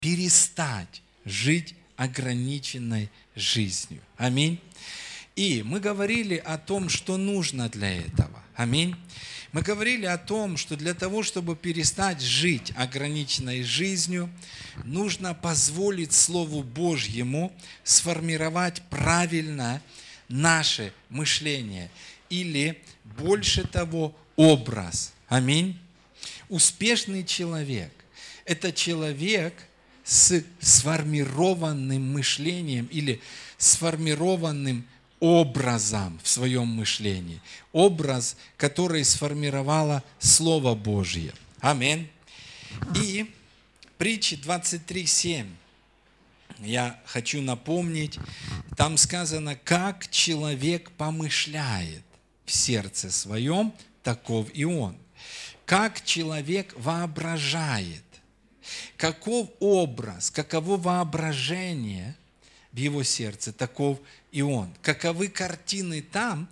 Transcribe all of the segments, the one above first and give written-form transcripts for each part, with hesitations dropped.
перестать жить ограниченной жизнью. Аминь. И мы говорили о том, что нужно для этого. Аминь. Мы говорили о том, что для того, чтобы перестать жить ограниченной жизнью, нужно позволить Слову Божьему сформировать правильно наше мышление или, больше того, образ. Аминь. Успешный человек – это человек с сформированным мышлением или сформированным образом в своем мышлении. Образ, который сформировало Слово Божье. Аминь. И притчи 23:7 я хочу напомнить. Там сказано, как человек помышляет в сердце своем, таков и он. Как человек воображает. Каков образ, каково воображение в его сердце, таков и он. Каковы картины там,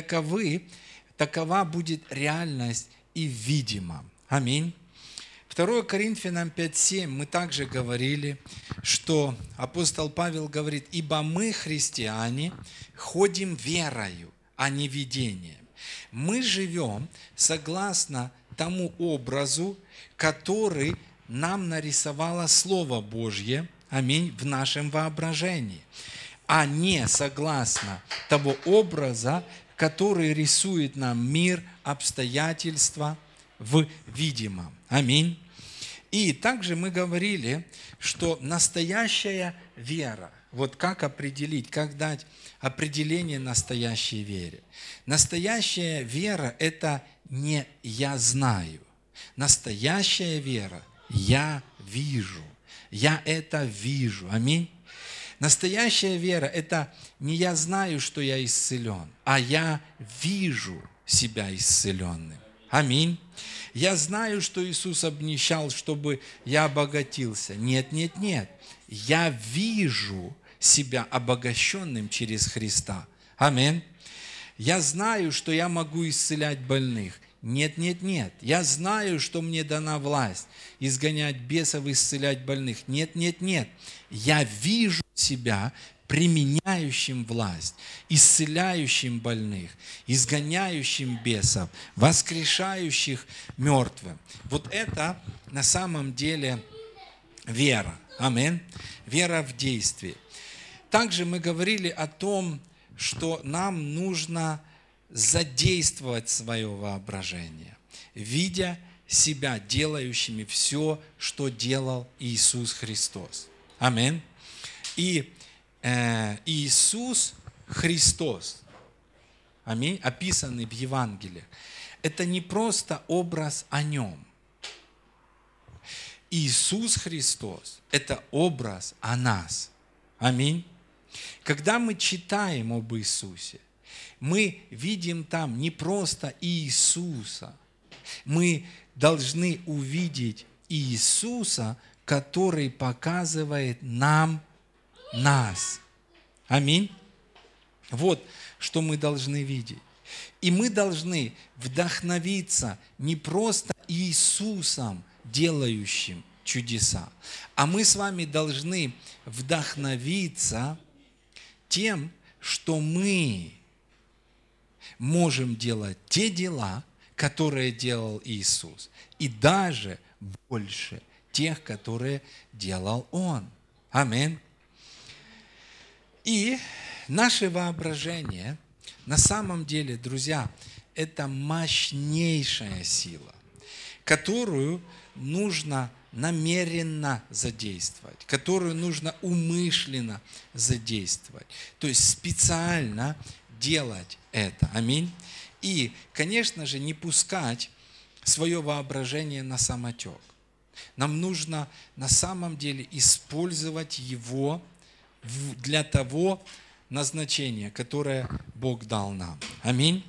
такова будет реальность и видима. Аминь. 2 Коринфянам 5:7 мы также говорили, что апостол Павел говорит, «Ибо мы, христиане, ходим верою, а не видением». Мы живем согласно тому образу, который нам нарисовало Слово Божье, аминь, в нашем воображении, а не согласно того образа, который рисует нам мир, обстоятельства в видимом. Аминь. И также мы говорили, что настоящая вера, вот как определить, как дать определение настоящей вере. Настоящая вера – это не «я знаю». Настоящая вера – «я вижу». Я это вижу. Аминь. Настоящая вера – это не я знаю, что я исцелен, а я вижу себя исцеленным. Аминь. Я знаю, что Иисус обнищал, чтобы я обогатился. Нет, нет, нет. Я вижу себя обогащенным через Христа. Аминь. Я знаю, что я могу исцелять больных. Нет, нет, нет. Я знаю, что мне дана власть изгонять бесов, исцелять больных. Нет, нет, нет. Я вижу себя применяющим власть, исцеляющим больных, изгоняющим бесов, воскрешающих мертвым. Вот это на самом деле вера. Аминь. Вера в действии. Также мы говорили о том, что нам нужно задействовать свое воображение, видя себя делающими все, что делал Иисус Христос. Аминь. И Иисус Христос, аминь, описанный в Евангелиях, это не просто образ о Нем. Иисус Христос – это образ о нас. Аминь. Когда мы читаем об Иисусе, мы видим там не просто Иисуса, мы должны увидеть Иисуса, который показывает нам нас. Аминь. Вот что мы должны видеть. И мы должны вдохновиться не просто Иисусом, делающим чудеса, а мы с вами должны вдохновиться тем, что мы можем делать те дела, которые делал Иисус, и даже больше тех, которые делал Он. Аминь. И наше воображение, на самом деле, друзья, это мощнейшая сила, которую нужно намеренно задействовать, которую нужно умышленно задействовать. То есть специально делать это. Аминь. И, конечно же, не пускать свое воображение на самотек. Нам нужно на самом деле использовать его для того назначения, которое Бог дал нам. Аминь.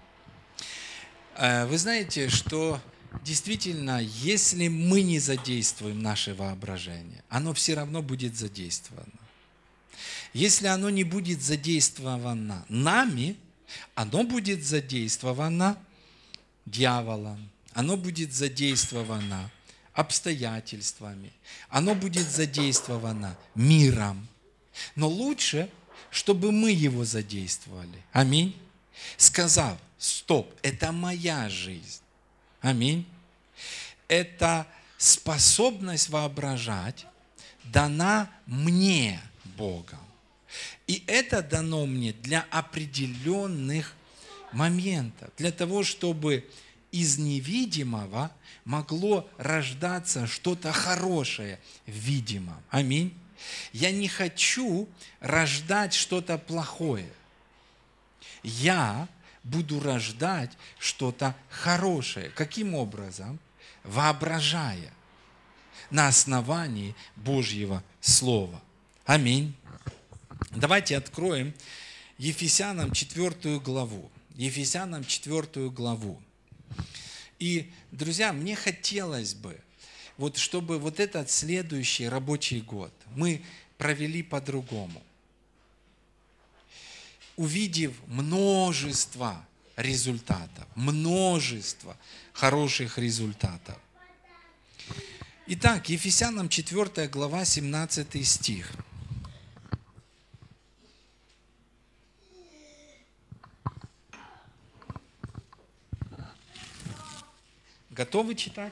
Вы знаете, что действительно, если мы не задействуем наше воображение, оно все равно будет задействовано. Если оно не будет задействовано нами, оно будет задействовано дьяволом, оно будет задействовано обстоятельствами, оно будет задействовано миром. Но лучше, чтобы мы его задействовали. Аминь. Сказав, стоп, это моя жизнь. Аминь. Это способность воображать дана мне Богом. И это дано мне для определенных моментов, для того, чтобы из невидимого могло рождаться что-то хорошее в видимом. Аминь. Я не хочу рождать что-то плохое. Я буду рождать что-то хорошее. Каким образом? Воображая на основании Божьего Слова. Аминь. Давайте откроем Ефесянам 4 главу. Ефесянам 4 главу. И, друзья, мне хотелось бы, чтобы этот следующий рабочий год мы провели по-другому. Увидев множество результатов, множество хороших результатов. Итак, Ефесянам 4 глава, 17 стих. Готовы читать?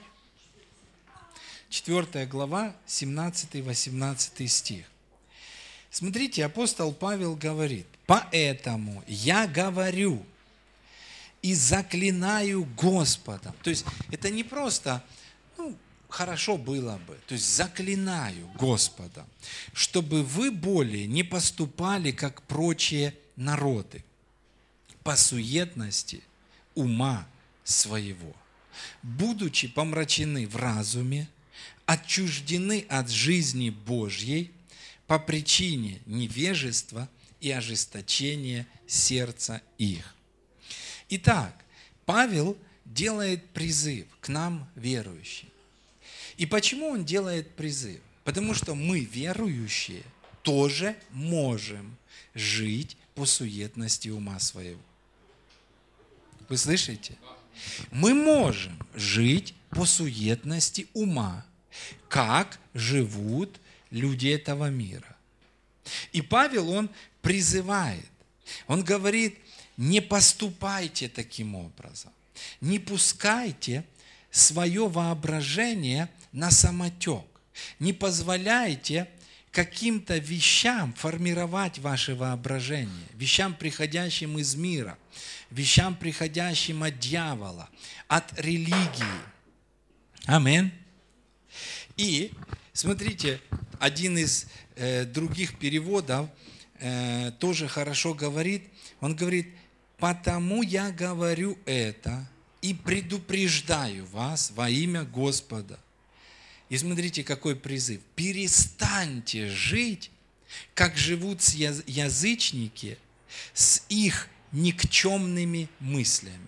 4 глава, 17-18 стих. Смотрите, апостол Павел говорит: «Поэтому я говорю и заклинаю Господом». То есть это не просто, хорошо было бы. То есть заклинаю Господом, чтобы вы более не поступали, как прочие народы, по суетности ума своего, будучи помрачены в разуме, отчуждены от жизни Божьей по причине невежества и ожесточения сердца их. Итак, Павел делает призыв к нам, верующим. И почему он делает призыв? Потому что мы, верующие, тоже можем жить по суетности ума своего. Вы слышите? Мы можем жить по суетности ума, как живут люди этого мира. И Павел, он призывает, он говорит: не поступайте таким образом, не пускайте свое воображение на самотек, не позволяйте каким-то вещам формировать ваше воображение, вещам, приходящим из мира, вещам, приходящим от дьявола, от религии. Аминь. И, смотрите, один из других переводов тоже хорошо говорит, он говорит: «Потому я говорю это и предупреждаю вас во имя Господа». И смотрите, какой призыв. Перестаньте жить, как живут язычники, с их никчемными мыслями.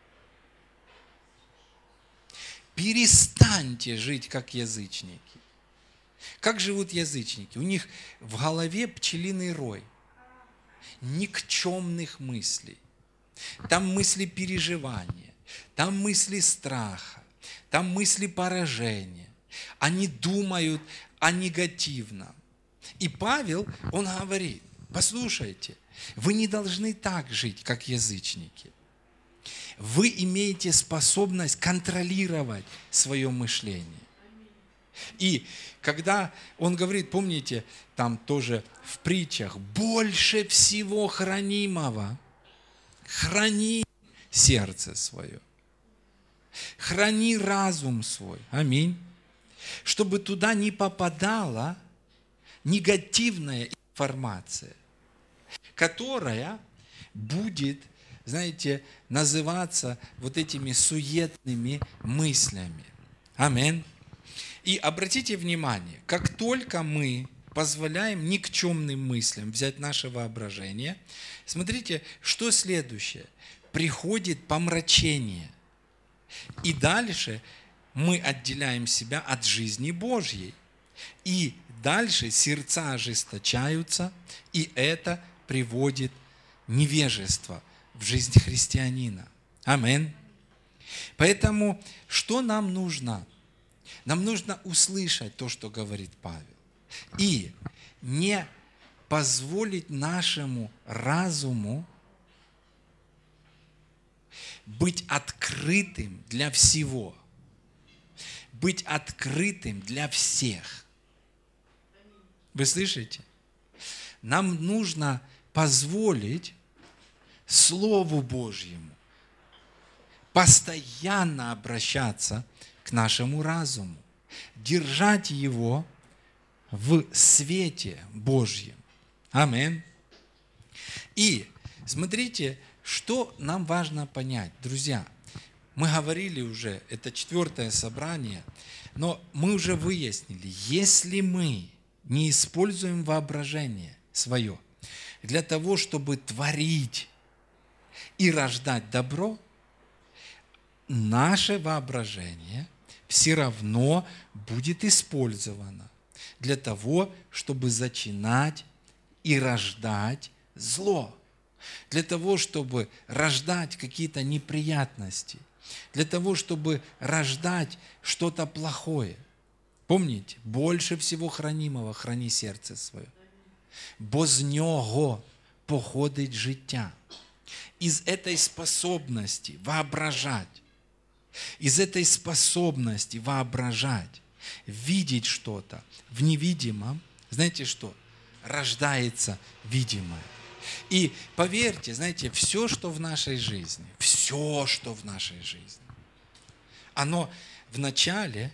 Перестаньте жить, как язычники. Как живут язычники? У них в голове пчелиный рой никчемных мыслей. Там мысли переживания, там мысли страха, там мысли поражения. Они думают о негативном. И Павел, он говорит: послушайте, вы не должны так жить, как язычники. Вы имеете способность контролировать свое мышление. И когда он говорит, помните, там тоже в притчах: больше всего хранимого храни сердце свое, храни разум свой. Аминь. Чтобы туда не попадала негативная информация, которая будет, знаете, называться этими суетными мыслями. Аминь. И обратите внимание, как только мы позволяем никчемным мыслям взять наше воображение, смотрите, что следующее. Приходит помрачение. И дальше мы отделяем себя от жизни Божьей. И дальше сердца ожесточаются, и это приводит невежество в жизнь христианина. Аминь. Поэтому что нам нужно? Нам нужно услышать то, что говорит Павел. И не позволить нашему разуму быть открытым для всего. Быть открытым для всех. Вы слышите? Нам нужно позволить Слову Божьему постоянно обращаться к нашему разуму, держать его в свете Божьем. Аминь. И смотрите, что нам важно понять, друзья. Мы говорили уже, это 4-е собрание, но мы уже выяснили, если мы не используем воображение свое для того, чтобы творить и рождать добро, наше воображение все равно будет использовано для того, чтобы зачинать и рождать зло, для того, чтобы рождать какие-то неприятности, для того, чтобы рождать что-то плохое. Помните, больше всего хранимого храни серце своє, бо з нього походить життя. Из этой способности воображать, видеть что-то в невидимом, знаете что? Рождается видимое. И поверьте, знаете, все, что в нашей жизни, оно вначале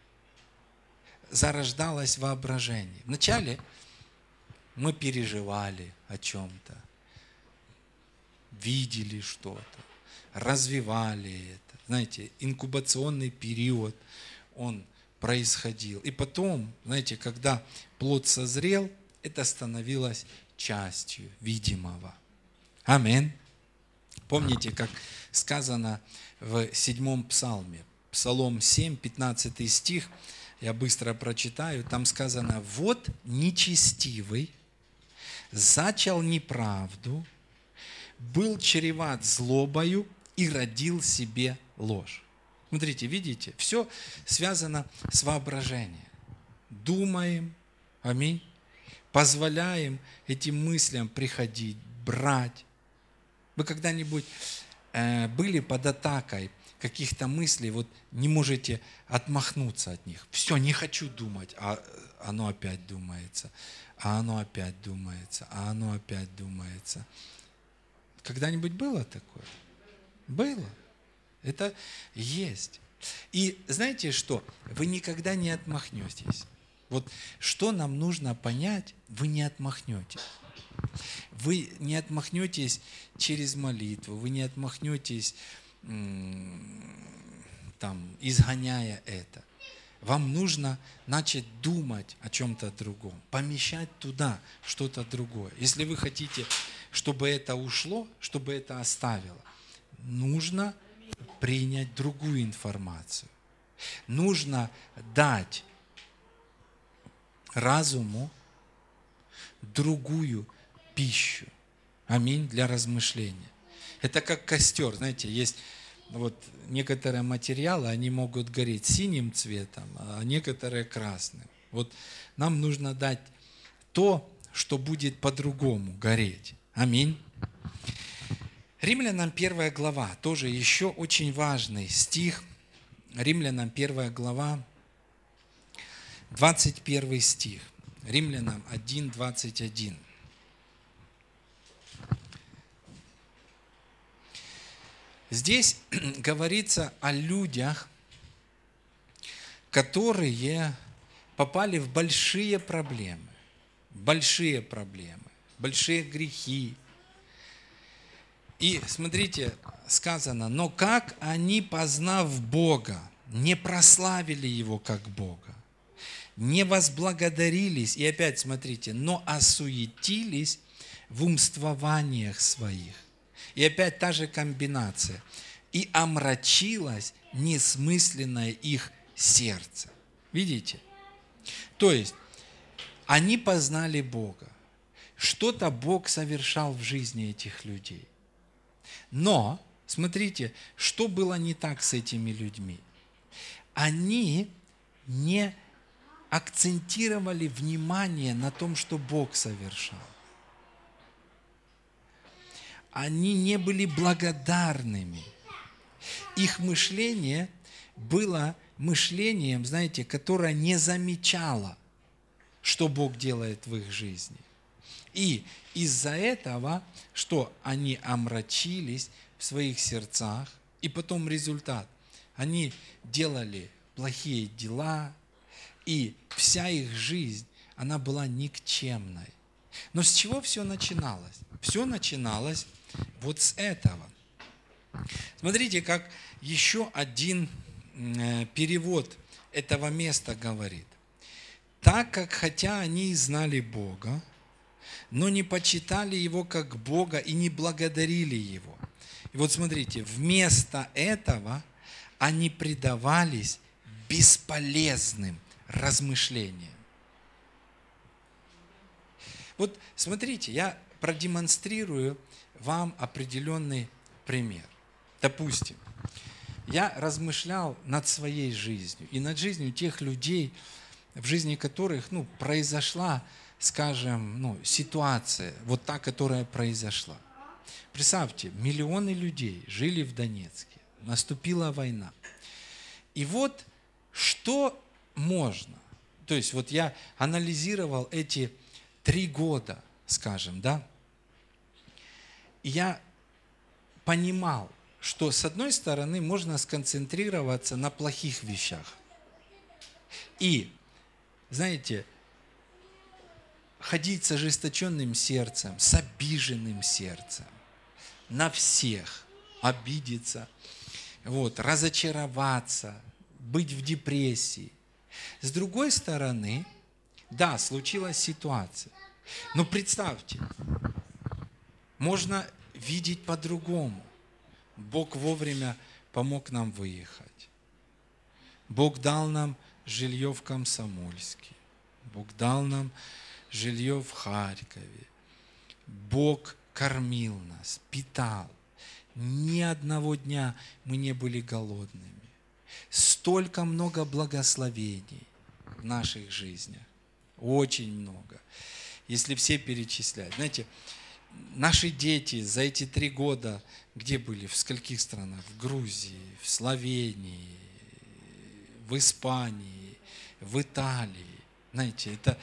зарождалось воображение. Вначале мы переживали о чем-то, видели что-то, развивали это. Знаете, инкубационный период, он происходил. И потом, знаете, когда плод созрел, это становилось частью видимого. Аминь. Помните, как сказано в 7-м псалме, Псалом 7, 15 стих, я быстро прочитаю, там сказано: «Вот нечестивый зачал неправду, был чреват злобою и родил себе ложь». Смотрите, видите, все связано с воображением. Думаем, аминь, позволяем этим мыслям приходить, брать. Вы когда-нибудь были под атакой каких-то мыслей, вот не можете отмахнуться от них? Все, не хочу думать, а оно опять думается, а оно опять думается, а оно опять думается. Когда-нибудь было такое? Было. Это есть. И знаете что? Вы никогда не отмахнетесь. Вот что нам нужно понять, вы не отмахнетесь. Вы не отмахнетесь через молитву, вы не отмахнетесь, изгоняя это. Вам нужно начать думать о чем-то другом, помещать туда что-то другое. Если вы хотите, чтобы это ушло, чтобы это оставило, нужно принять другую информацию. Нужно дать разуму другую пищу. Аминь, для размышления. Это как костер, знаете, есть вот некоторые материалы, они могут гореть синим цветом, а некоторые красным. Вот нам нужно дать то, что будет по-другому гореть. Аминь. Римлянам 1 глава, тоже еще очень важный стих. Римлянам 1 глава, 21 стих. Римлянам 1, 21. Здесь говорится о людях, которые попали в большие проблемы, большие грехи. И смотрите, сказано: «Но как они, познав Бога, не прославили Его как Бога, не возблагодарились», и опять смотрите, «но осуетились в умствованиях своих». И опять та же комбинация. «И омрачилось несмысленное их сердце». Видите? То есть, они познали Бога. Что-то Бог совершал в жизни этих людей. Но, смотрите, что было не так с этими людьми. Они не акцентировали внимание на том, что Бог совершал. Они не были благодарными. Их мышление было мышлением, знаете, которое не замечало, что Бог делает в их жизни. И из-за этого, что они омрачились в своих сердцах, и потом результат. Они делали плохие дела, и вся их жизнь, она была никчемной. Но с чего все начиналось? Все начиналось вот с этого. Смотрите, как еще один перевод этого места говорит. Так как, хотя они и знали Бога, но не почитали Его как Бога и не благодарили Его. И вот смотрите, вместо этого они предавались бесполезным размышлениям. Вот смотрите, я продемонстрирую вам определенный пример. Допустим, я размышлял над своей жизнью и над жизнью тех людей, в жизни которых произошла, скажем, ситуация, вот та, которая произошла. Представьте, миллионы людей жили в Донецке, наступила война. И вот что можно? То есть вот я анализировал эти 3 года, скажем, да, и я понимал, что с одной стороны можно сконцентрироваться на плохих вещах. И, знаете, ходить с ожесточенным сердцем, с обиженным сердцем, на всех обидеться, разочароваться, быть в депрессии. С другой стороны, да, случилась ситуация. Но представьте, можно видеть по-другому. Бог вовремя помог нам выехать. Бог дал нам жилье в Комсомольске. Бог дал нам жилье в Харькове. Бог кормил нас, питал. Ни одного дня мы не были голодными. Столько много благословений в наших жизнях. Очень много. Если все перечислять. Знаете, наши дети за эти 3 года где были? В скольких странах? В Грузии, в Словении, в Испании, в Италии. Знаете, это,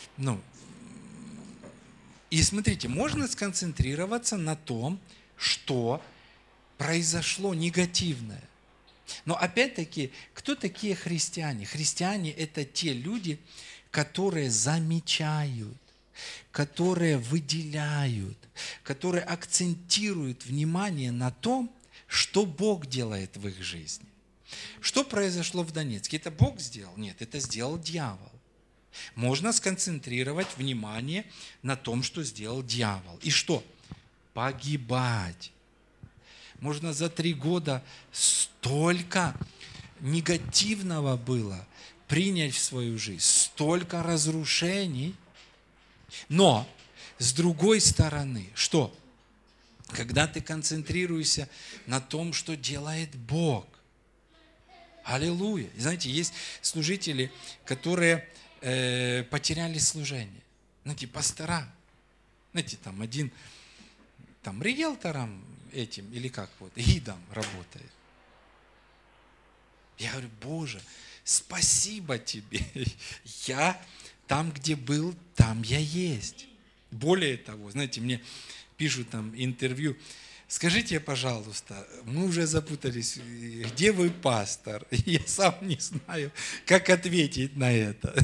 И смотрите, можно сконцентрироваться на том, что произошло негативное. Но опять-таки, кто такие христиане? Христиане – это те люди, которые замечают, которые выделяют, которые акцентируют внимание на том, что Бог делает в их жизни. Что произошло в Донецке? Это Бог сделал? Нет, это сделал дьявол. Можно сконцентрировать внимание на том, что сделал дьявол. И что? Погибать. Можно за 3 года столько негативного было принять в свою жизнь, столько разрушений. Но, с другой стороны, что? Когда ты концентрируешься на том, что делает Бог. Аллилуйя. Знаете, есть служители, которые потеряли служение. Знаете, пастора. Знаете, там один риэлтором этим, или как гидом работает. Я говорю, Боже, спасибо тебе. Я там, где был, там я есть. Более того, знаете, мне пишут там интервью. Скажите, пожалуйста, мы уже запутались, где вы пастор? Я сам не знаю, как ответить на это.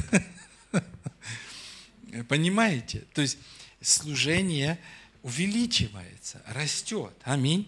Понимаете? То есть служение увеличивается, растет. Аминь.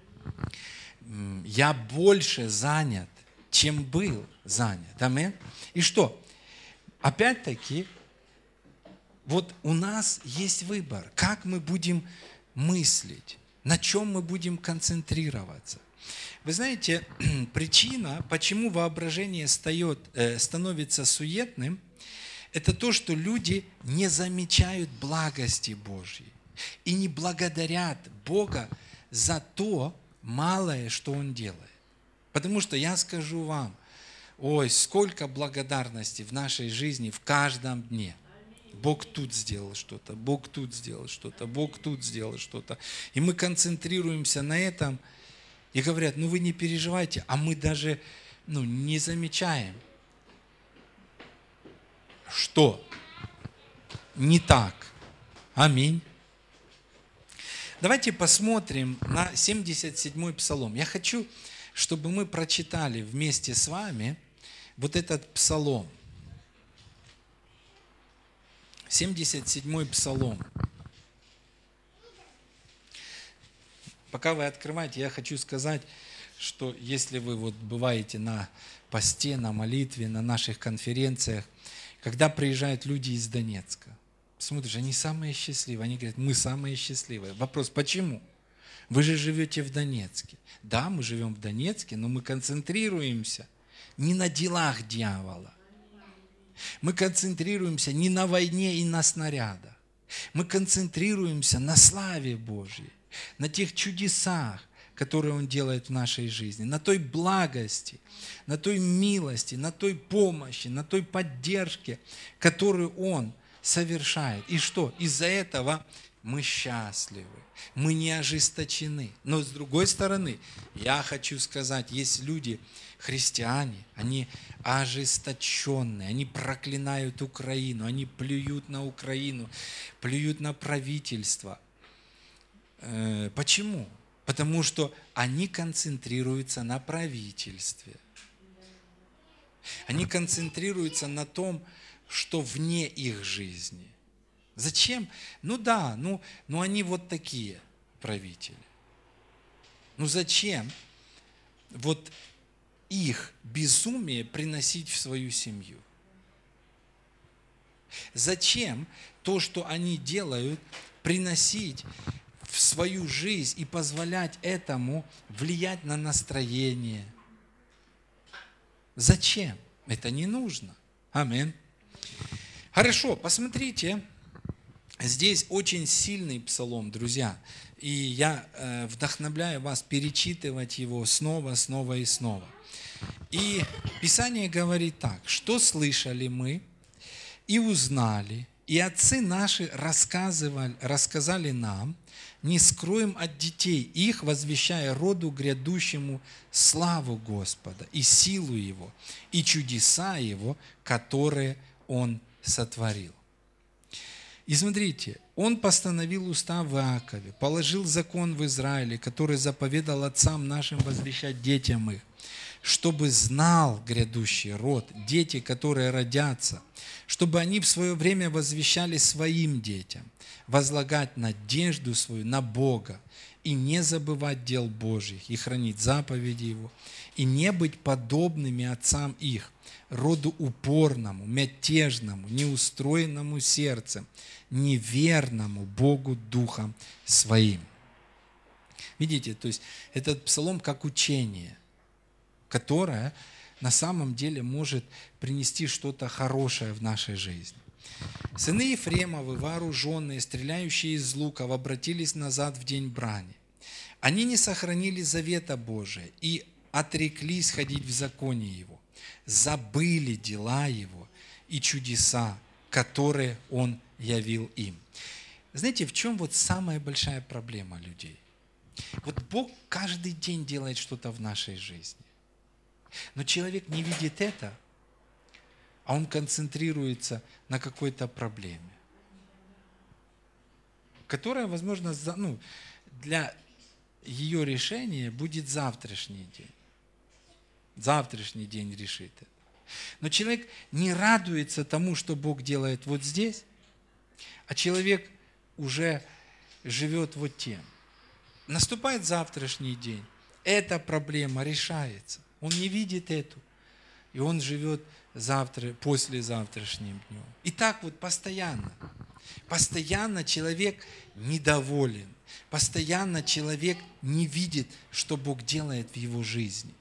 Я больше занят, чем был занят. Аминь. И что? Опять-таки, вот у нас есть выбор, как мы будем мыслить, на чем мы будем концентрироваться. Вы знаете, причина, почему воображение становится суетным, это то, что люди не замечают благости Божьей и не благодарят Бога за то малое, что Он делает. Потому что я скажу вам, ой, сколько благодарности в нашей жизни в каждом дне. Бог тут сделал что-то, Бог тут сделал что-то, Бог тут сделал что-то. И мы концентрируемся на этом и говорят, ну вы не переживайте, а мы даже не замечаем, что не так. Аминь. Давайте посмотрим на 77-й псалом. Я хочу, чтобы мы прочитали вместе с вами вот этот псалом. 77-й псалом. Пока вы открываете, я хочу сказать, что если вы бываете на посте, на молитве, на наших конференциях, когда приезжают люди из Донецка, смотришь, они самые счастливые, они говорят, мы самые счастливые. Вопрос, почему? Вы же живете в Донецке. Да, мы живем в Донецке, но мы концентрируемся не на делах дьявола. Мы концентрируемся не на войне и на снарядах. Мы концентрируемся на славе Божьей, на тех чудесах, которые Он делает в нашей жизни, на той благости, на той милости, на той помощи, на той поддержке, которую Он совершает. И что? Из-за этого мы счастливы, мы не ожесточены. Но с другой стороны, я хочу сказать, есть люди, христиане, они ожесточенные, они проклинают Украину, они плюют на Украину, плюют на правительство. Почему? Потому что они концентрируются на правительстве. Они концентрируются на том, что вне их жизни. Зачем? Они вот такие правители. Зачем их безумие приносить в свою семью? Зачем то, что они делают, приносить в свою жизнь и позволять этому влиять на настроение? Зачем? Это не нужно. Аминь. Хорошо, посмотрите, здесь очень сильный псалом, друзья, и я вдохновляю вас перечитывать его снова и снова. И Писание говорит так, что слышали мы и узнали, и отцы наши рассказали нам, не скроем от детей их, возвещая роду грядущему славу Господа и силу Его, и чудеса Его, которые Он сотворил. И смотрите, Он постановил устав в Иакове, положил закон в Израиле, который заповедал отцам нашим возвещать детям их, чтобы знал грядущий род, дети, которые родятся, чтобы они в свое время возвещали своим детям, возлагать надежду свою на Бога и не забывать дел Божьих, и хранить заповеди Его, и не быть подобными отцам их, роду упорному, мятежному, неустроенному сердцем, неверному Богу Духом Своим. Видите, то есть этот псалом как учение, которое на самом деле может принести что-то хорошее в нашей жизни. Сыны Ефремовы, вооруженные, стреляющие из луков, обратились назад в день брани. Они не сохранили завета Божия и отреклись ходить в законе Его, забыли дела Его и чудеса, которые Он явил им. Знаете, в чем самая большая проблема людей? Бог каждый день делает что-то в нашей жизни. Но человек не видит это, а он концентрируется на какой-то проблеме, которая, возможно, для ее решения будет завтрашний день. Завтрашний день решит это. Но человек не радуется тому, что Бог делает вот здесь, а человек уже живет вот тем. Наступает завтрашний день, эта проблема решается. Он не видит эту, и он живет послезавтрашним днем. И так постоянно. Постоянно человек недоволен. Постоянно человек не видит, что Бог делает в его жизни.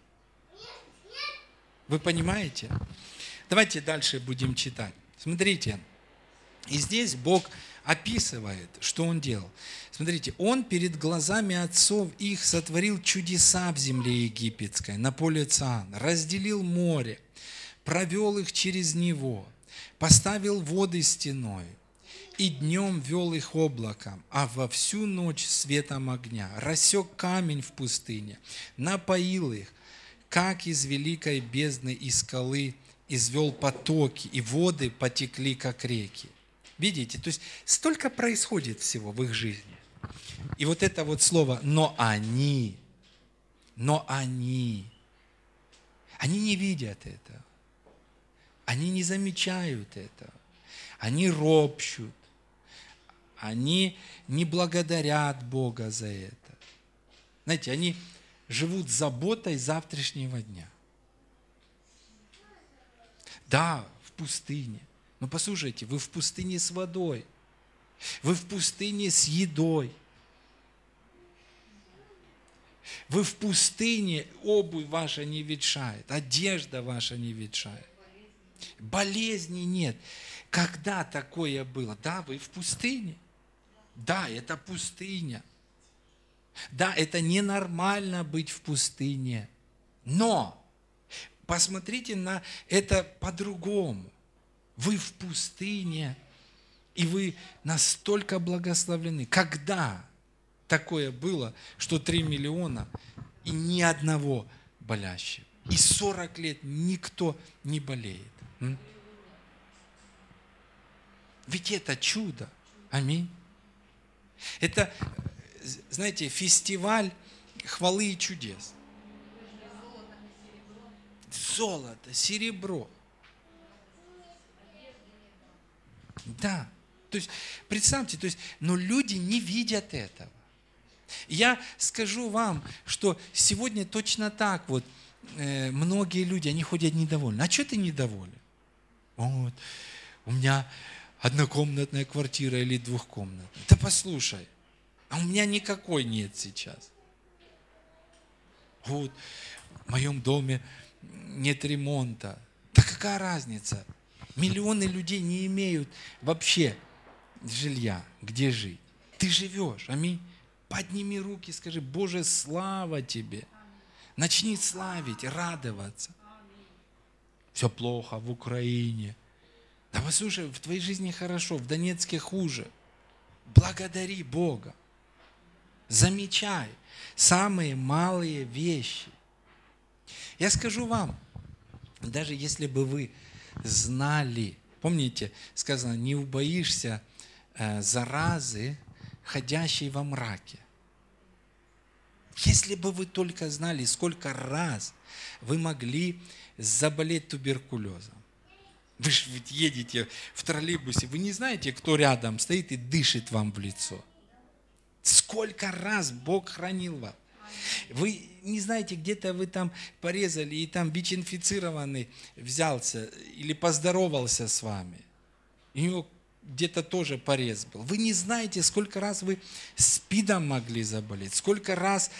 Вы понимаете? Давайте дальше будем читать. Смотрите, и здесь Бог описывает, что он делал. Смотрите, он перед глазами отцов их сотворил чудеса в земле египетской, на поле Циан, разделил море, провел их через него, поставил воды стеной, и днем вел их облаком, а во всю ночь светом огня, рассек камень в пустыне, напоил их, как из великой бездны и скалы извел потоки, и воды потекли, как реки. Видите, то есть столько происходит всего в их жизни. И вот это вот слово но они не видят этого. Они не замечают этого. Они ропщут. Они не благодарят Бога за это. Знаете, они живут заботой завтрашнего дня. Да, в пустыне. Но послушайте, вы в пустыне с водой. Вы в пустыне с едой. Вы в пустыне, обувь ваша не ветшает, одежда ваша не ветшает. Болезней нет. Когда такое было? Да, вы в пустыне. Да, это пустыня. Да, это ненормально быть в пустыне. Но посмотрите на это по-другому. Вы в пустыне, и вы настолько благословлены. Когда такое было, что 3 миллиона и ни одного болящего? И 40 лет никто не болеет. Ведь это чудо. Аминь. Это, знаете, фестиваль хвалы и чудес. Золото, серебро. Да. То есть, представьте, но люди не видят этого. Я скажу вам, что сегодня точно так вот многие люди, они ходят недовольны. А что ты недоволен? Вот, у меня однокомнатная квартира или двухкомнатная. Да послушай, а у меня никакой нет сейчас. Вот, в моем доме нет ремонта. Да какая разница? Миллионы людей не имеют вообще жилья, где жить. Ты живешь, аминь. Подними руки, скажи: Боже, слава Тебе. Начни славить, радоваться. Все плохо в Украине. Да послушай, в твоей жизни хорошо, в Донецке хуже. Благодари Бога. Замечай самые малые вещи. Я скажу вам, даже если бы вы знали, помните, сказано, не убоишься заразы, ходящей во мраке. Если бы вы только знали, сколько раз вы могли заболеть туберкулезом. Вы же ведь едете в троллейбусе, вы не знаете, кто рядом стоит и дышит вам в лицо. Сколько раз Бог хранил вас. Вы не знаете, где-то вы там порезали, и там ВИЧ-инфицированный взялся или поздоровался с вами. И у него где-то тоже порез был. Вы не знаете, сколько раз вы СПИДом могли заболеть, сколько раз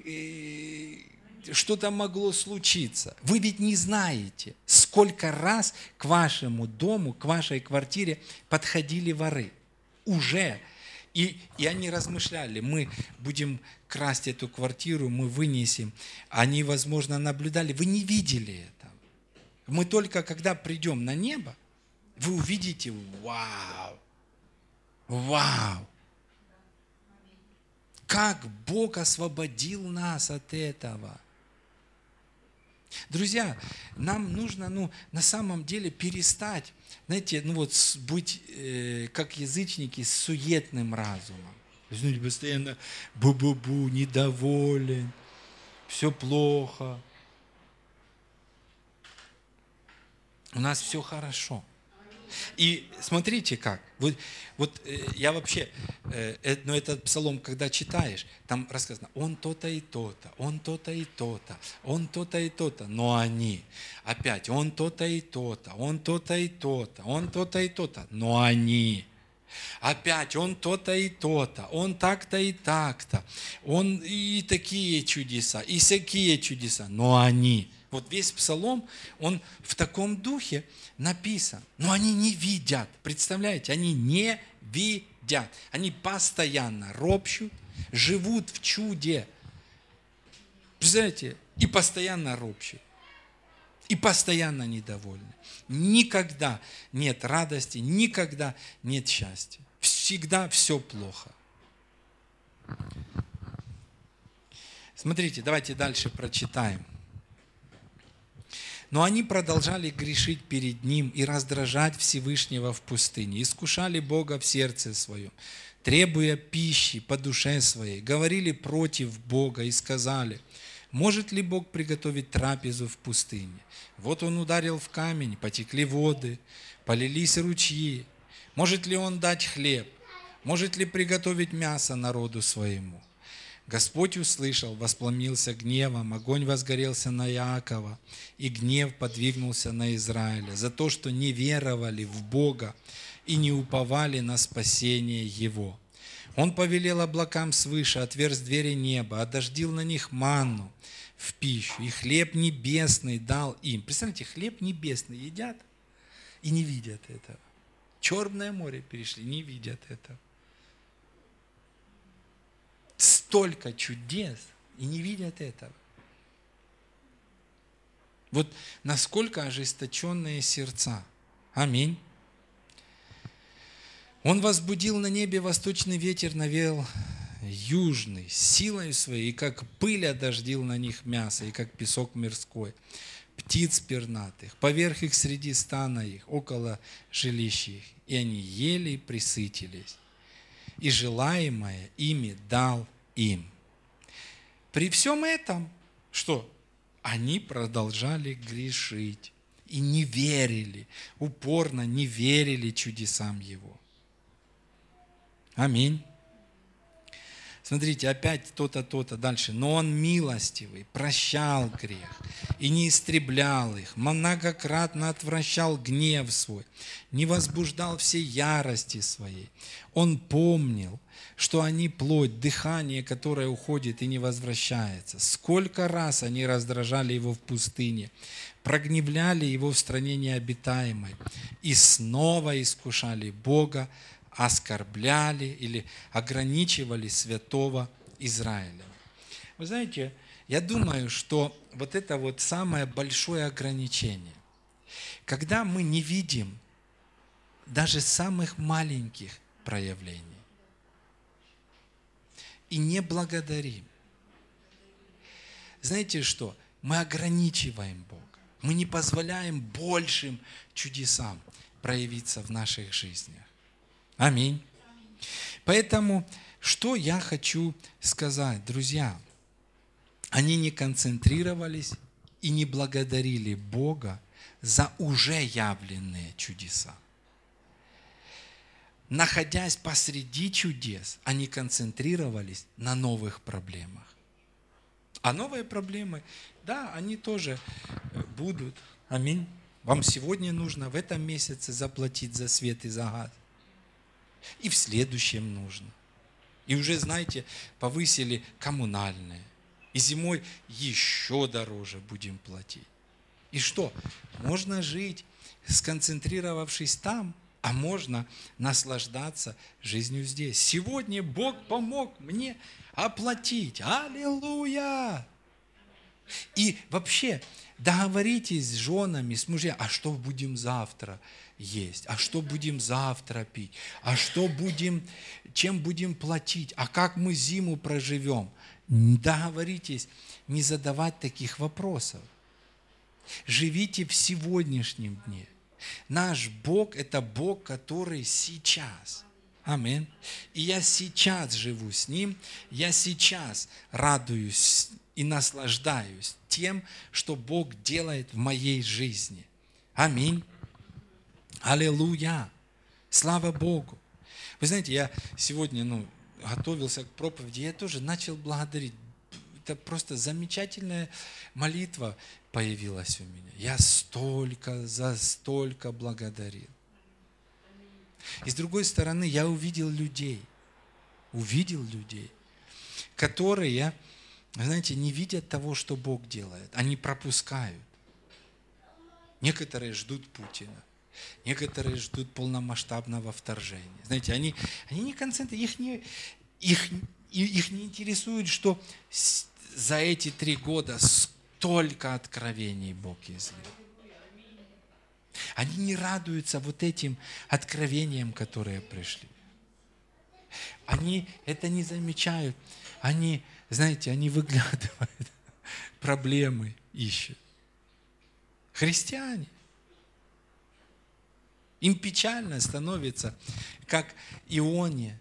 что-то могло случиться. Вы ведь не знаете, сколько раз к вашему дому, к вашей квартире подходили воры. Уже. И они размышляли: мы будем красть эту квартиру, мы вынесем. Они, возможно, наблюдали. Вы не видели это. Мы только когда придем на небо, вы увидите: вау! Вау! Как Бог освободил нас от этого. Друзья, нам нужно, на самом деле перестать, знаете, быть как язычники с суетным разумом. Знаете, постоянно бу-бу-бу, недоволен, все плохо. У нас все хорошо. И смотрите как. Я вообще, этот псалом, когда читаешь, там рассказано: он то-то и то-то, он то-то и то-то, он то-то и то-то, но они. Опять, он то-то и то-то, он то-то и то-то, он то-то и то-то, но они. Опять, он то-то и то-то, он так-то и так-то, он и такие чудеса, и всякие чудеса, но они. Вот весь псалом, он в таком духе написан. Но они не видят. Представляете, они не видят. Они постоянно ропщут, живут в чуде. Представляете, и постоянно ропщут. И постоянно недовольны. Никогда нет радости, никогда нет счастья. Всегда все плохо. Смотрите, давайте дальше прочитаем. Но они продолжали грешить перед Ним и раздражать Всевышнего в пустыне, искушали Бога в сердце своем, требуя пищи по душе своей, говорили против Бога и сказали: может ли Бог приготовить трапезу в пустыне? Вот Он ударил в камень, потекли воды, полились ручьи. Может ли Он дать хлеб? Может ли приготовить мясо народу своему? Господь услышал, воспламенился гневом, огонь возгорелся на Иакова, и гнев подвигнулся на Израиля за то, что не веровали в Бога и не уповали на спасение Его. Он повелел облакам свыше, отверз двери неба, одождил на них манну в пищу, и хлеб небесный дал им. Представляете, хлеб небесный едят и не видят этого. Черное море перешли, не видят этого. Столько чудес и не видят этого. Вот насколько ожесточенные сердца. Аминь. Он возбудил на небе восточный ветер, навеял южный, силой своей, и как пыль одождил на них мясо, и как песок мирской, птиц пернатых, поверх их среди стана их, около жилища их, и они ели и присытились, и желаемое ими дал им. При всем этом, что? Они продолжали грешить и не верили, упорно не верили чудесам Его. Аминь. Смотрите, опять то-то, дальше. Но Он милостивый, прощал грех и не истреблял их, многократно отвращал гнев свой, не возбуждал всей ярости своей. Он помнил, что они плоть, дыхание, которое уходит и не возвращается. Сколько раз они раздражали Его в пустыне, прогневляли Его в стране необитаемой и снова искушали Бога, оскорбляли или ограничивали святого Израиля. Вы знаете, я думаю, что вот это вот самое большое ограничение, когда мы не видим даже самых маленьких проявлений и не благодарим. Знаете что? Мы ограничиваем Бога. Мы не позволяем большим чудесам проявиться в наших жизнях. Аминь. Поэтому, что я хочу сказать, друзья? Они не концентрировались и не благодарили Бога за уже явленные чудеса. Находясь посреди чудес, они концентрировались на новых проблемах. А новые проблемы, да, они тоже будут. Аминь. Вам сегодня нужно в этом месяце заплатить за свет и за газ. И в следующем нужно. И уже, знаете, повысили коммунальные. И зимой еще дороже будем платить. И что? Можно жить, сконцентрировавшись там, а можно наслаждаться жизнью здесь. Сегодня Бог помог мне оплатить. Аллилуйя! И вообще, договоритесь с женами, с мужьями, а что будем завтра есть, а что будем завтра пить, а что будем, чем будем платить, а как мы зиму проживем. Договоритесь не задавать таких вопросов. Живите в сегодняшнем дне. Наш Бог – это Бог, который сейчас. Аминь. И я сейчас живу с Ним, я сейчас радуюсь и наслаждаюсь тем, что Бог делает в моей жизни. Аминь. Аллилуйя. Слава Богу. Вы знаете, я сегодня готовился к проповеди, я тоже начал благодарить. Это просто замечательная молитва появилась у меня. Я за столько благодарил. И с другой стороны, я увидел людей, которые знаете, не видят того, что Бог делает. Они пропускают. Некоторые ждут Путина. Некоторые ждут полномасштабного вторжения. Знаете, они не концентрируют, их не интересует, что за эти 3 года столько откровений Бог излил. Они не радуются вот этим откровениям, которые пришли. Они это не замечают. Они, знаете, они выглядывают, проблемы ищут. Христиане. Им печально становится, как Ионе.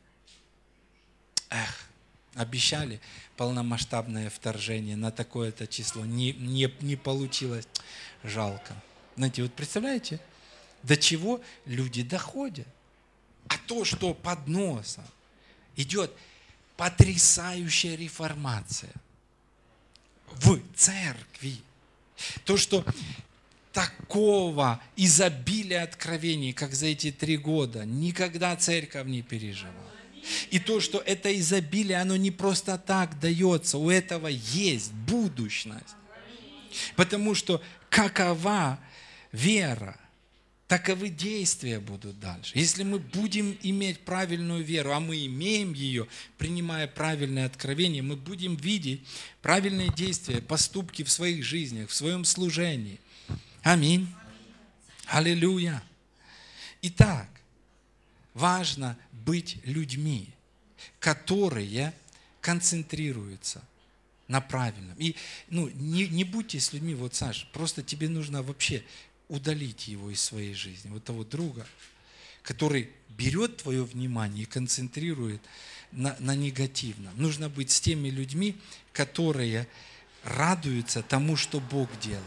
Обещали полномасштабное вторжение на такое-то число. Не получилось. Жалко. Знаете, вот представляете, до чего люди доходят. А то, что под носом идет потрясающая реформация в церкви. То, что такого изобилия откровений, как за эти 3 года, никогда церковь не переживала. И то, что это изобилие, оно не просто так дается, у этого есть будущность. Потому что какова вера, таковы действия будут дальше. Если мы будем иметь правильную веру, а мы имеем ее, принимая правильное откровение, мы будем видеть правильные действия, поступки в своих жизнях, в своем служении. Аминь. Аллилуйя. Итак, важно быть людьми, которые концентрируются на правильном. И не будьте с людьми, вот, Саш, просто тебе нужно вообще удалить его из своей жизни. Вот того друга, который берет твое внимание и концентрирует на негативном. Нужно быть с теми людьми, которые радуются тому, что Бог делает.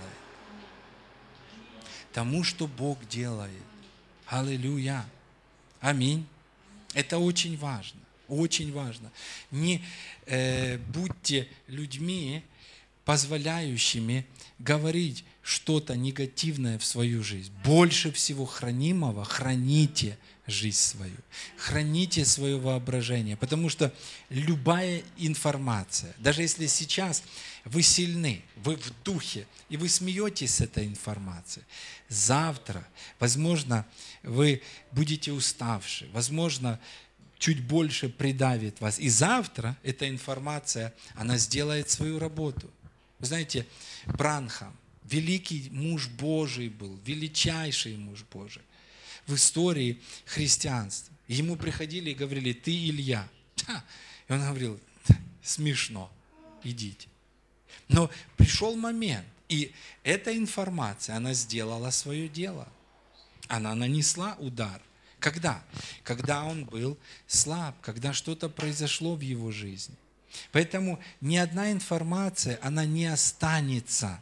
Тому, что Бог делает. Аллилуйя. Аминь. Это очень важно. Очень важно. Не будьте людьми, позволяющими говорить что-то негативное в свою жизнь. Больше всего хранимого храните жизнь свою. Храните свое воображение. Потому что любая информация, даже если сейчас вы сильны, вы в духе, и вы смеетесь с этой информацией, завтра, возможно, вы будете уставши, возможно, чуть больше придавит вас. И завтра эта информация, она сделает свою работу. Вы знаете, Бранхам, великий муж Божий был, величайший муж Божий в истории христианства. Ему приходили и говорили: ты Илья. И он говорил: смешно, идите. Но пришел момент, и эта информация, она сделала свое дело. Она нанесла удар. Когда? Когда он был слаб, когда что-то произошло в его жизни. Поэтому ни одна информация, она не останется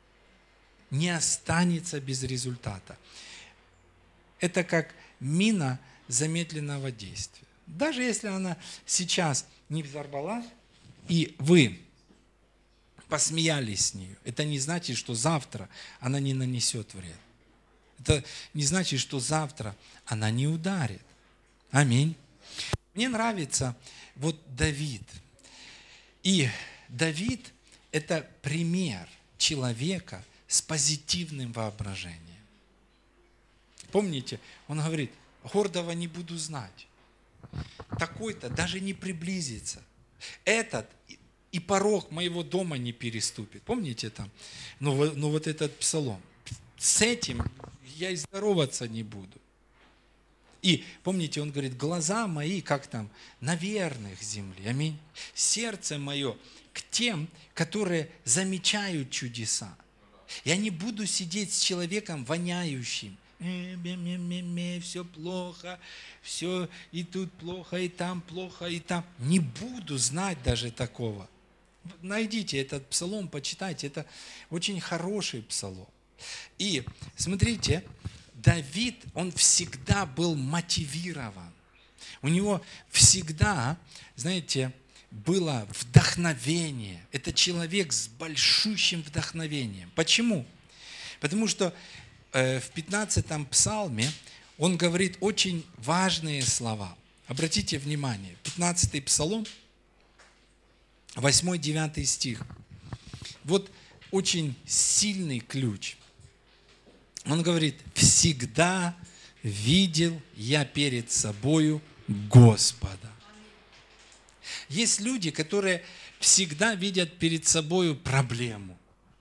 без результата. Это как мина замедленного действия. Даже если она сейчас не взорвалась, и вы посмеялись с ней, это не значит, что завтра она не нанесет вред. Это не значит, что завтра она не ударит. Аминь. Мне нравится вот Давид. И Давид – это пример человека с позитивным воображением. Помните, он говорит: гордого не буду знать. Такой-то даже не приблизится. Этот и порог моего дома не переступит. Помните там? Ну вот этот псалом. С этим я и здороваться не буду. И помните, он говорит: глаза мои, как там, на верных земли. Аминь. Сердце мое к тем, которые замечают чудеса. Я не буду сидеть с человеком воняющим. Все плохо, все и тут плохо, и там плохо, и там. Не буду знать даже такого. Найдите этот псалом, почитайте. Это очень хороший псалом. И смотрите, Давид, он всегда был мотивирован. У него всегда, знаете, было вдохновение. Это человек с большущим вдохновением. Почему? Потому что в 15-м псалме он говорит очень важные слова. Обратите внимание, 15-й псалом, 8-9 стих. Вот очень сильный ключ. Он говорит: «Всегда видел я перед собою Господа». Есть люди, которые всегда видят перед собою проблему.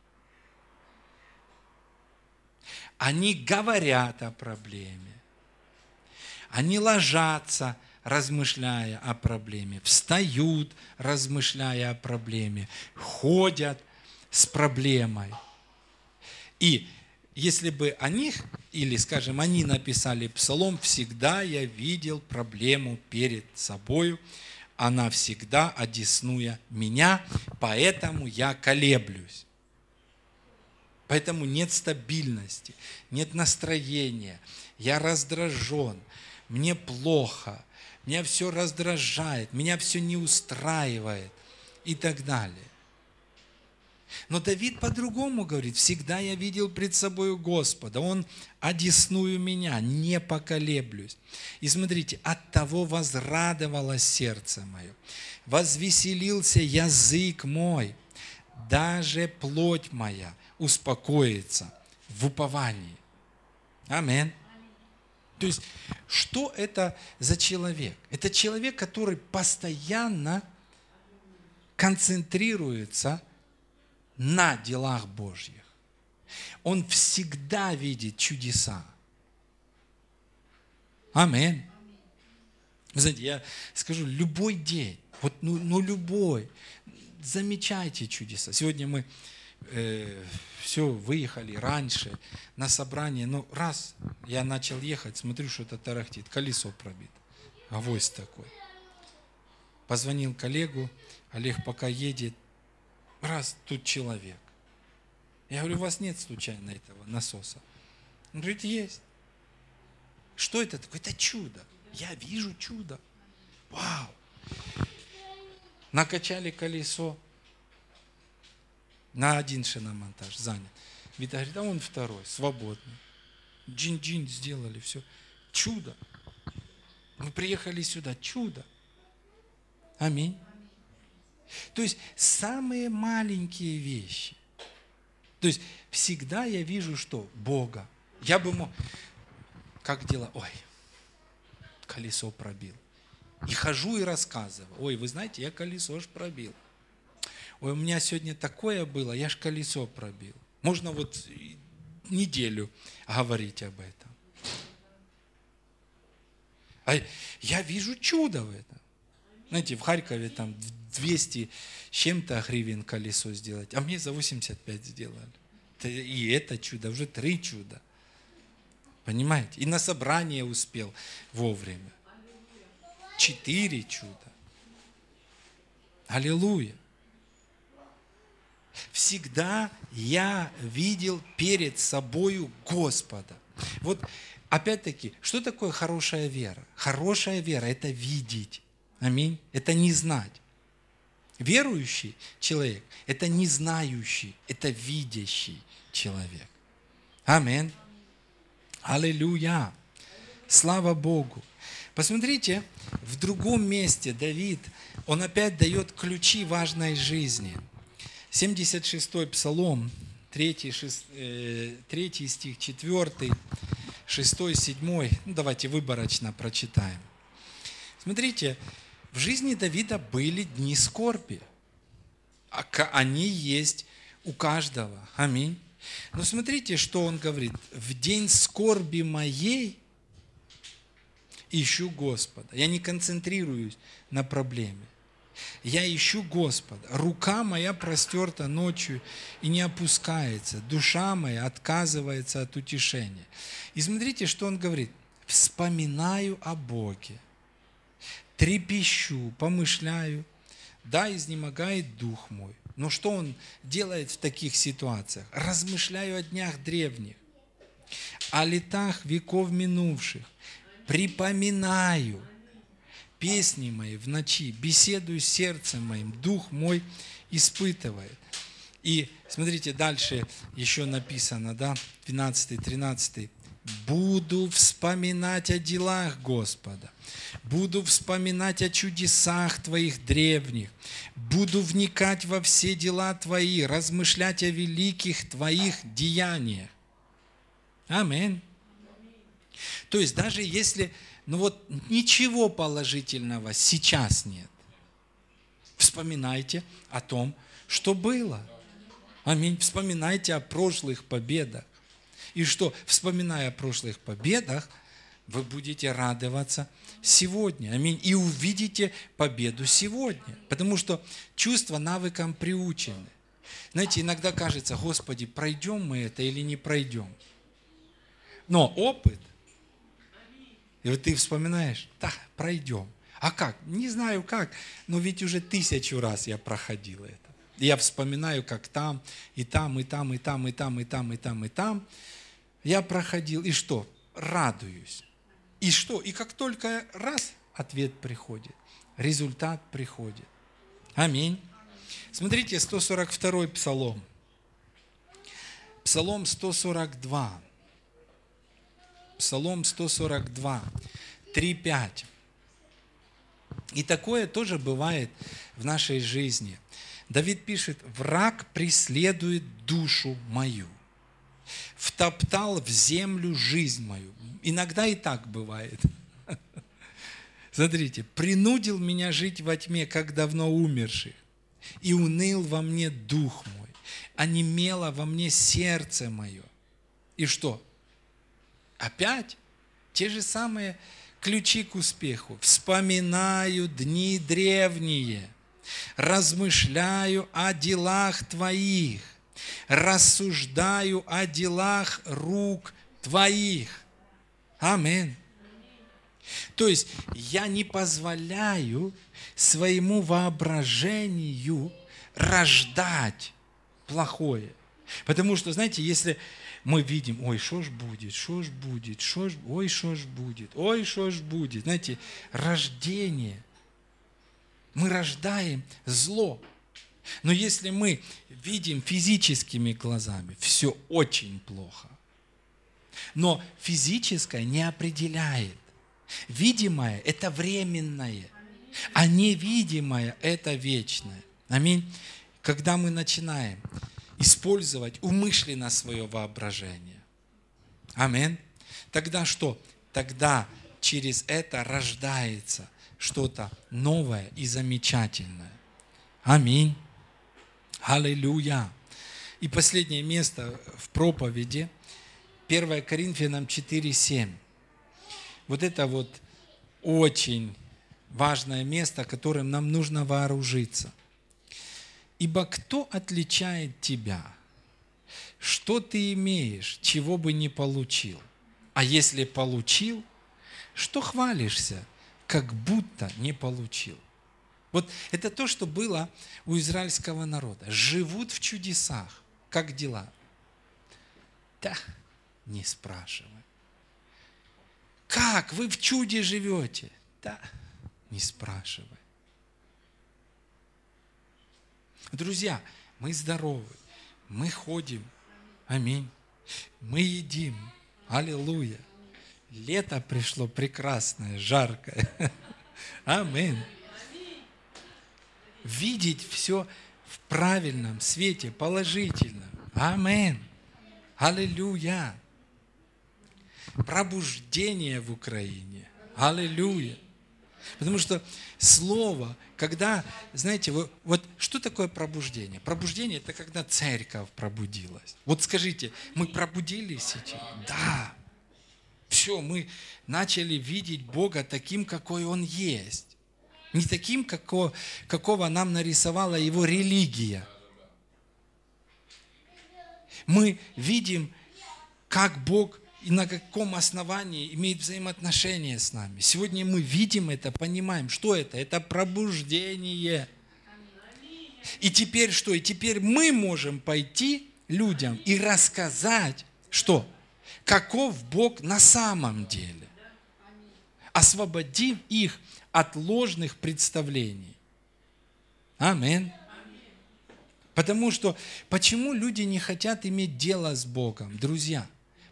Они говорят о проблеме. Они ложатся, размышляя о проблеме. Встают, размышляя о проблеме. Ходят с проблемой. И если бы о них, или, скажем, они написали псалом: «Всегда я видел проблему перед собою, она всегда одесную меня, поэтому я колеблюсь». Поэтому нет стабильности, нет настроения, я раздражен, мне плохо, меня все раздражает, меня все не устраивает и так далее. Но Давид по-другому говорит: «Всегда я видел пред собою Господа, Он одесную меня, не поколеблюсь». И смотрите: «Оттого возрадовалось сердце мое, возвеселился язык мой, даже плоть моя успокоится в уповании». Аминь. То есть, что это за человек? Это человек, который постоянно концентрируется на делах Божьих. Он всегда видит чудеса. Аминь. Вы знаете, я скажу, любой день, вот любой, замечайте чудеса. Сегодня мы все, выехали раньше на собрание, раз я начал ехать, смотрю, что-то тарахтит, колесо пробито, гвоздь такой. Позвонил коллегу, Олег пока едет, раз, тут человек. Я говорю: у вас нет случайно этого насоса? Он говорит: есть. Что это такое? Это чудо. Я вижу чудо. Вау. Накачали колесо. На один шиномонтаж занят. Вита говорит: а он второй, свободный. Джин-джин сделали, все. Чудо. Мы приехали сюда, чудо. Аминь. То есть самые маленькие вещи. То есть всегда я вижу, что Бога. Я бы мог, как дела? Ой, колесо пробил. И хожу и рассказываю: ой, вы знаете, я колесо ж пробил. Ой, у меня сегодня такое было, я ж колесо пробил. Можно вот неделю говорить об этом. А я вижу чудо в этом. Знаете, в Харькове там 200 с чем-то гривен колесо сделать, а мне за 85 сделали. И это чудо, уже 3 чуда. Понимаете? И на собрание успел вовремя. 4 чуда. Аллилуйя. Всегда я видел перед собою Господа. Вот опять-таки, что такое хорошая вера? Хорошая вера – это видеть. Аминь. Это не знать. Верующий человек – это не знающий, это видящий человек. Аминь. Аллилуйя. Слава Богу. Посмотрите, в другом месте Давид, он опять дает ключи важной жизни. 76-й Псалом, 3 стих, 4, 6, 7. Давайте выборочно прочитаем. Смотрите, в жизни Давида были дни скорби. Они есть у каждого. Аминь. Но смотрите, что он говорит. В день скорби моей ищу Господа. Я не концентрируюсь на проблеме. Я ищу Господа. Рука моя простерта ночью и не опускается. Душа моя отказывается от утешения. И смотрите, что он говорит. Вспоминаю о Боге. Трепещу, помышляю. Да, изнемогает дух мой. Но что он делает в таких ситуациях? Размышляю о днях древних, о летах веков минувших. Припоминаю песни мои в ночи, беседую с сердцем моим, дух мой испытывает. И смотрите, дальше еще написано, 12, 13 буду вспоминать о делах Господа, буду вспоминать о чудесах Твоих древних, буду вникать во все дела Твои, размышлять о великих Твоих деяниях. Аминь. То есть даже если, ничего положительного сейчас нет, вспоминайте о том, что было. Аминь. Вспоминайте о прошлых победах. И что, вспоминая о прошлых победах, вы будете радоваться сегодня. Аминь. И увидите победу сегодня. Потому что чувства навыкам приучены. Знаете, иногда кажется, Господи, пройдем мы это или не пройдем. Но опыт, и вот ты вспоминаешь, да, пройдем. А как? Не знаю как, но ведь уже 1000 раз я проходил это. Я вспоминаю, как там, и там, и там, и там, и там, и там, и там, и там. Я проходил, и что? Радуюсь. И что? И как только раз, ответ приходит, результат приходит. Аминь. Смотрите, 142-й псалом. Псалом 142. Псалом 142, 3-5. И такое тоже бывает в нашей жизни. Давид пишет: «Враг преследует душу мою, втоптал в землю жизнь мою». Иногда и так бывает. Смотрите, «принудил меня жить во тьме, как давно умерших, и уныл во мне дух мой, онемело во мне сердце мое». И что? Опять те же самые ключи к успеху. «Вспоминаю дни древние, размышляю о делах Твоих, рассуждаю о делах рук Твоих». Аминь. То есть я не позволяю своему воображению рождать плохое. Потому что, знаете, если мы видим, ой, что ж будет, ой, что ж будет. Знаете, рождение. Мы рождаем зло. Но если мы видим физическими глазами, все очень плохо. Но физическое не определяет. Видимое – это временное, а невидимое – это вечное. Аминь. Когда мы начинаем использовать умышленно свое воображение. Аминь. Тогда что? Тогда через это рождается что-то новое и замечательное. Аминь. Аллилуйя. И последнее место в проповеди, 1 Коринфянам 4:7. Вот это вот очень важное место, которым нам нужно вооружиться. «Ибо кто отличает тебя? Что ты имеешь, чего бы не получил? А если получил, что хвалишься, как будто не получил?» Вот это то, что было у израильского народа. Живут в чудесах. Как дела? Да, не спрашивай. Как вы в чуде живете? Да, не спрашивай. Друзья, мы здоровы, мы ходим, аминь, мы едим, аллилуйя. Лето пришло прекрасное, жаркое, аминь. Видеть все в правильном свете, положительном, аминь, аллилуйя. Пробуждение в Украине, аллилуйя. Потому что слово, когда, знаете, вот что такое пробуждение? Пробуждение – это когда церковь пробудилась. Вот скажите, мы пробудились сейчас? Да. Все, мы начали видеть Бога таким, какой Он есть. Не таким, какого нам нарисовала Его религия. Мы видим, как Бог и на каком основании имеет взаимоотношения с нами. Сегодня мы видим это, понимаем, что это? Это пробуждение. И теперь что? И теперь мы можем пойти людям и рассказать, что? Каков Бог на самом деле. Освободив их от ложных представлений. Аминь. Потому что, почему люди не хотят иметь дело с Богом, друзья?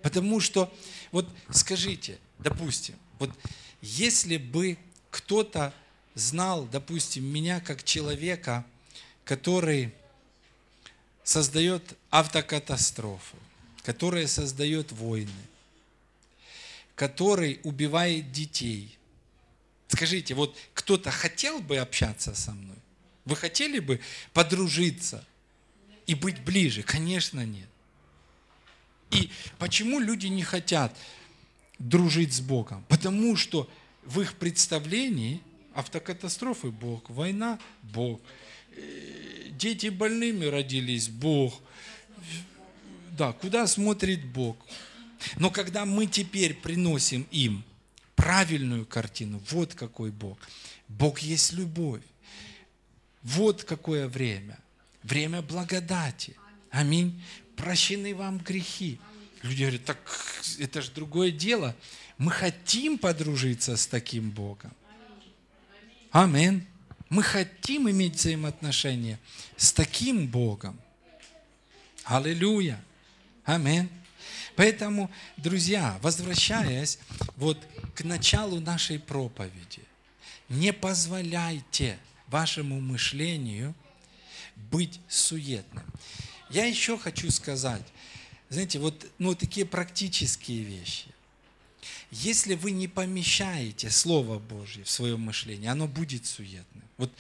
Потому что, вот скажите, допустим, вот если бы кто-то знал, допустим, меня как человека, который создает автокатастрофы, который создает войны, который убивает детей. Скажите, вот кто-то хотел бы общаться со мной? Вы хотели бы подружиться и быть ближе? Конечно, нет. И почему люди не хотят дружить с Богом? Потому что в их представлении автокатастрофы – Бог, война – Бог, дети больными родились – Бог. Да, куда смотрит Бог? Но когда мы теперь приносим им правильную картину, вот какой Бог. Бог есть любовь. Вот какое время. Время благодати. Аминь. Прощены вам грехи. Люди говорят, так это же другое дело. Мы хотим подружиться с таким Богом. Аминь. Мы хотим иметь взаимоотношения с таким Богом. Аллилуйя. Аминь. Поэтому, друзья, возвращаясь вот к началу нашей проповеди, не позволяйте вашему мышлению быть суетным. Я еще хочу сказать, знаете, вот такие практические вещи. Если вы не помещаете Слово Божье в свое мышление, оно будет суетным. Вот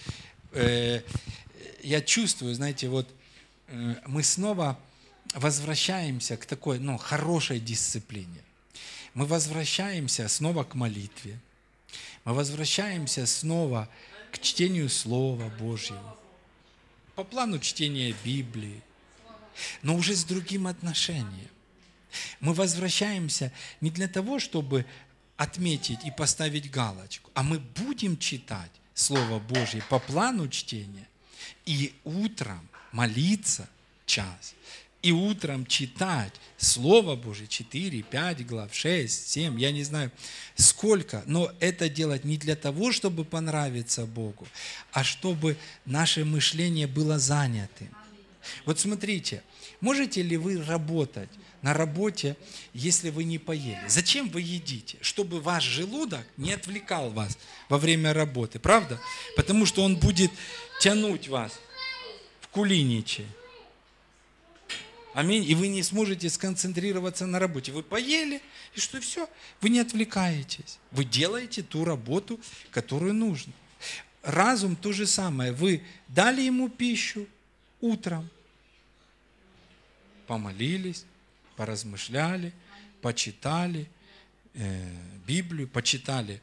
я чувствую, знаете, вот мы снова возвращаемся к такой, хорошей дисциплине. Мы возвращаемся снова к молитве. Мы возвращаемся снова к чтению Слова Божьего. По плану чтения Библии, но уже с другим отношением. Мы возвращаемся не для того, чтобы отметить и поставить галочку, а мы будем читать Слово Божье по плану чтения и утром молиться час. И утром читать Слово Божие 4, 5 глав, 6, 7, я не знаю сколько, но это делать не для того, чтобы понравиться Богу, а чтобы наше мышление было занятым. Вот смотрите, можете ли вы работать на работе, если вы не поели? Зачем вы едите? Чтобы ваш желудок не отвлекал вас во время работы, правда? Потому что он будет тянуть вас в кулиничи. Аминь. И вы не сможете сконцентрироваться на работе. Вы поели, и что, все, вы не отвлекаетесь. Вы делаете ту работу, которую нужно. Разум то же самое. Вы дали ему пищу утром, помолились, поразмышляли, почитали Библию, почитали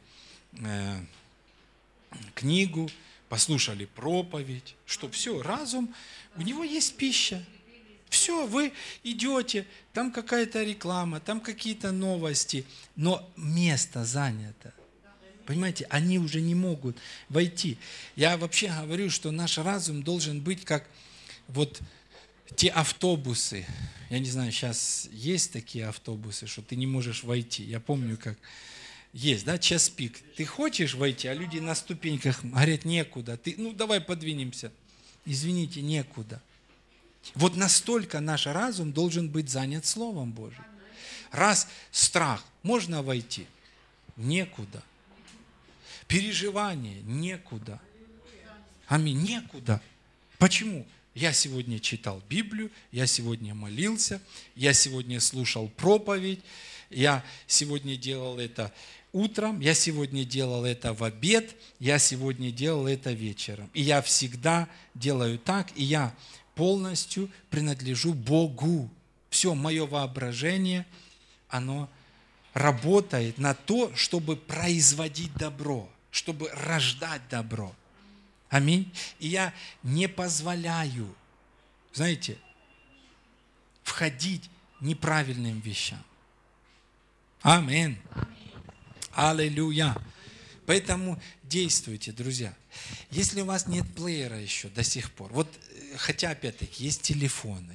книгу, послушали проповедь, что все, разум, у него есть пища. Все, вы идете, там какая-то реклама, там какие-то новости, но место занято. Понимаете, они уже не могут войти. Я вообще говорю, что наш разум должен быть как вот те автобусы. Я не знаю, сейчас есть такие автобусы, что ты не можешь войти. Я помню, как есть, да, час пик. Ты хочешь войти, а люди на ступеньках говорят, некуда. Ты, давай подвинемся. Извините, некуда. Вот настолько наш разум должен быть занят Словом Божьим. Раз страх, можно войти? Некуда. Переживание, некуда. Аминь, некуда. Почему? Я сегодня читал Библию, я сегодня молился, я сегодня слушал проповедь, я сегодня делал это утром, я сегодня делал это в обед, я сегодня делал это вечером. И я всегда делаю так, и я полностью принадлежу Богу. Все мое воображение, оно работает на то, чтобы производить добро, чтобы рождать добро. Аминь. И я не позволяю, знаете, входить неправильным вещам. Аминь. Аллилуйя. Поэтому действуйте, друзья. Если у вас нет плеера еще до сих пор, вот, хотя, опять-таки, есть телефоны,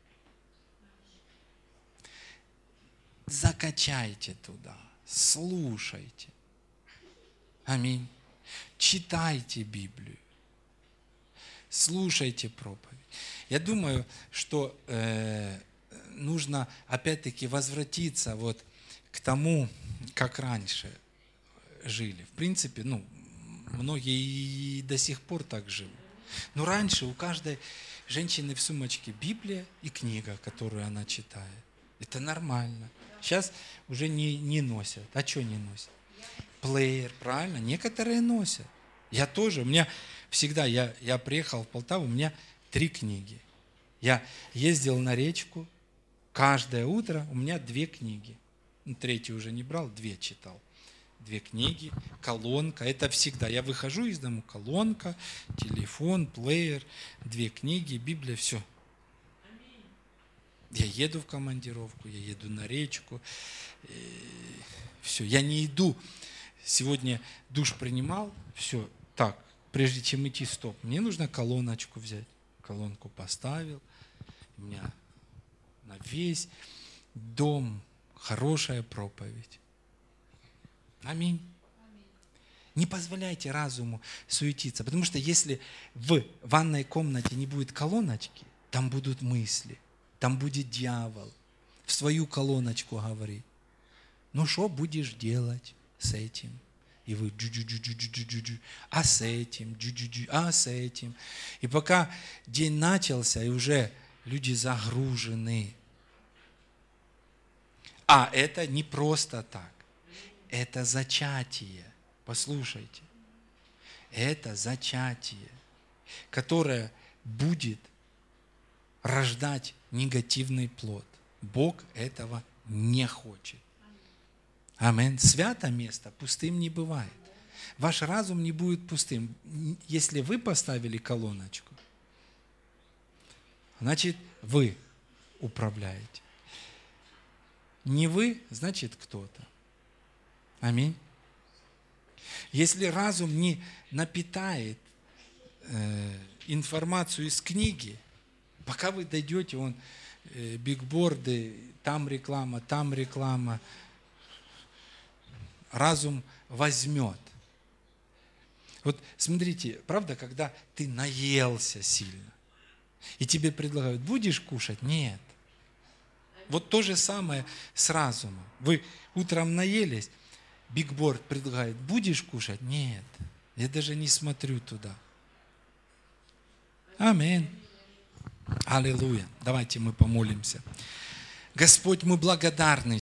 закачайте туда, слушайте. Аминь. Читайте Библию. Слушайте проповедь. Я думаю, что нужно опять-таки возвратиться вот к тому, как раньше жили. В принципе, многие и до сих пор так живут. Но раньше у каждой женщины в сумочке Библия и книга, которую она читает. Это нормально. Сейчас уже не носят. А что не носят? Плеер, правильно? Некоторые носят. Я тоже. У меня всегда, я приехал в Полтаву, у меня 3 книги. Я ездил на речку, каждое утро у меня 2 книги. 3-ю уже не брал, 2 читал. 2 книги, колонка, это всегда. Я выхожу из дома, колонка, телефон, плеер, 2 книги, Библия, все. Я еду в командировку, я еду на речку, все. Я не иду. Сегодня душ принимал, все, так, прежде чем идти, стоп. Мне нужно колоночку взять. Колонку поставил. У меня на весь дом хорошая проповедь. Аминь. Не позволяйте разуму суетиться, потому что если в ванной комнате не будет колоночки, там будут мысли, там будет дьявол в свою колоночку говорит. Ну что будешь делать с этим? И вы а с этим, а с этим. И пока день начался, и уже люди загружены. А это не просто так. Это зачатие. Послушайте. Это зачатие, которое будет рождать негативный плод. Бог этого не хочет. Аминь. Свято место пустым не бывает. Ваш разум не будет пустым. Если вы поставили колоночку, значит, вы управляете. Не вы, значит, кто-то. Аминь. Если разум не напитает информацию из книги, пока вы дойдете, бигборды, там реклама, разум возьмет. Вот смотрите, правда, когда ты наелся сильно, и тебе предлагают, будешь кушать? Нет. Вот то же самое с разумом. Вы утром наелись, бигборд предлагает, будешь кушать? Нет. Я даже не смотрю туда. Аминь. Аллилуйя. Давайте мы помолимся. Господь, мы благодарны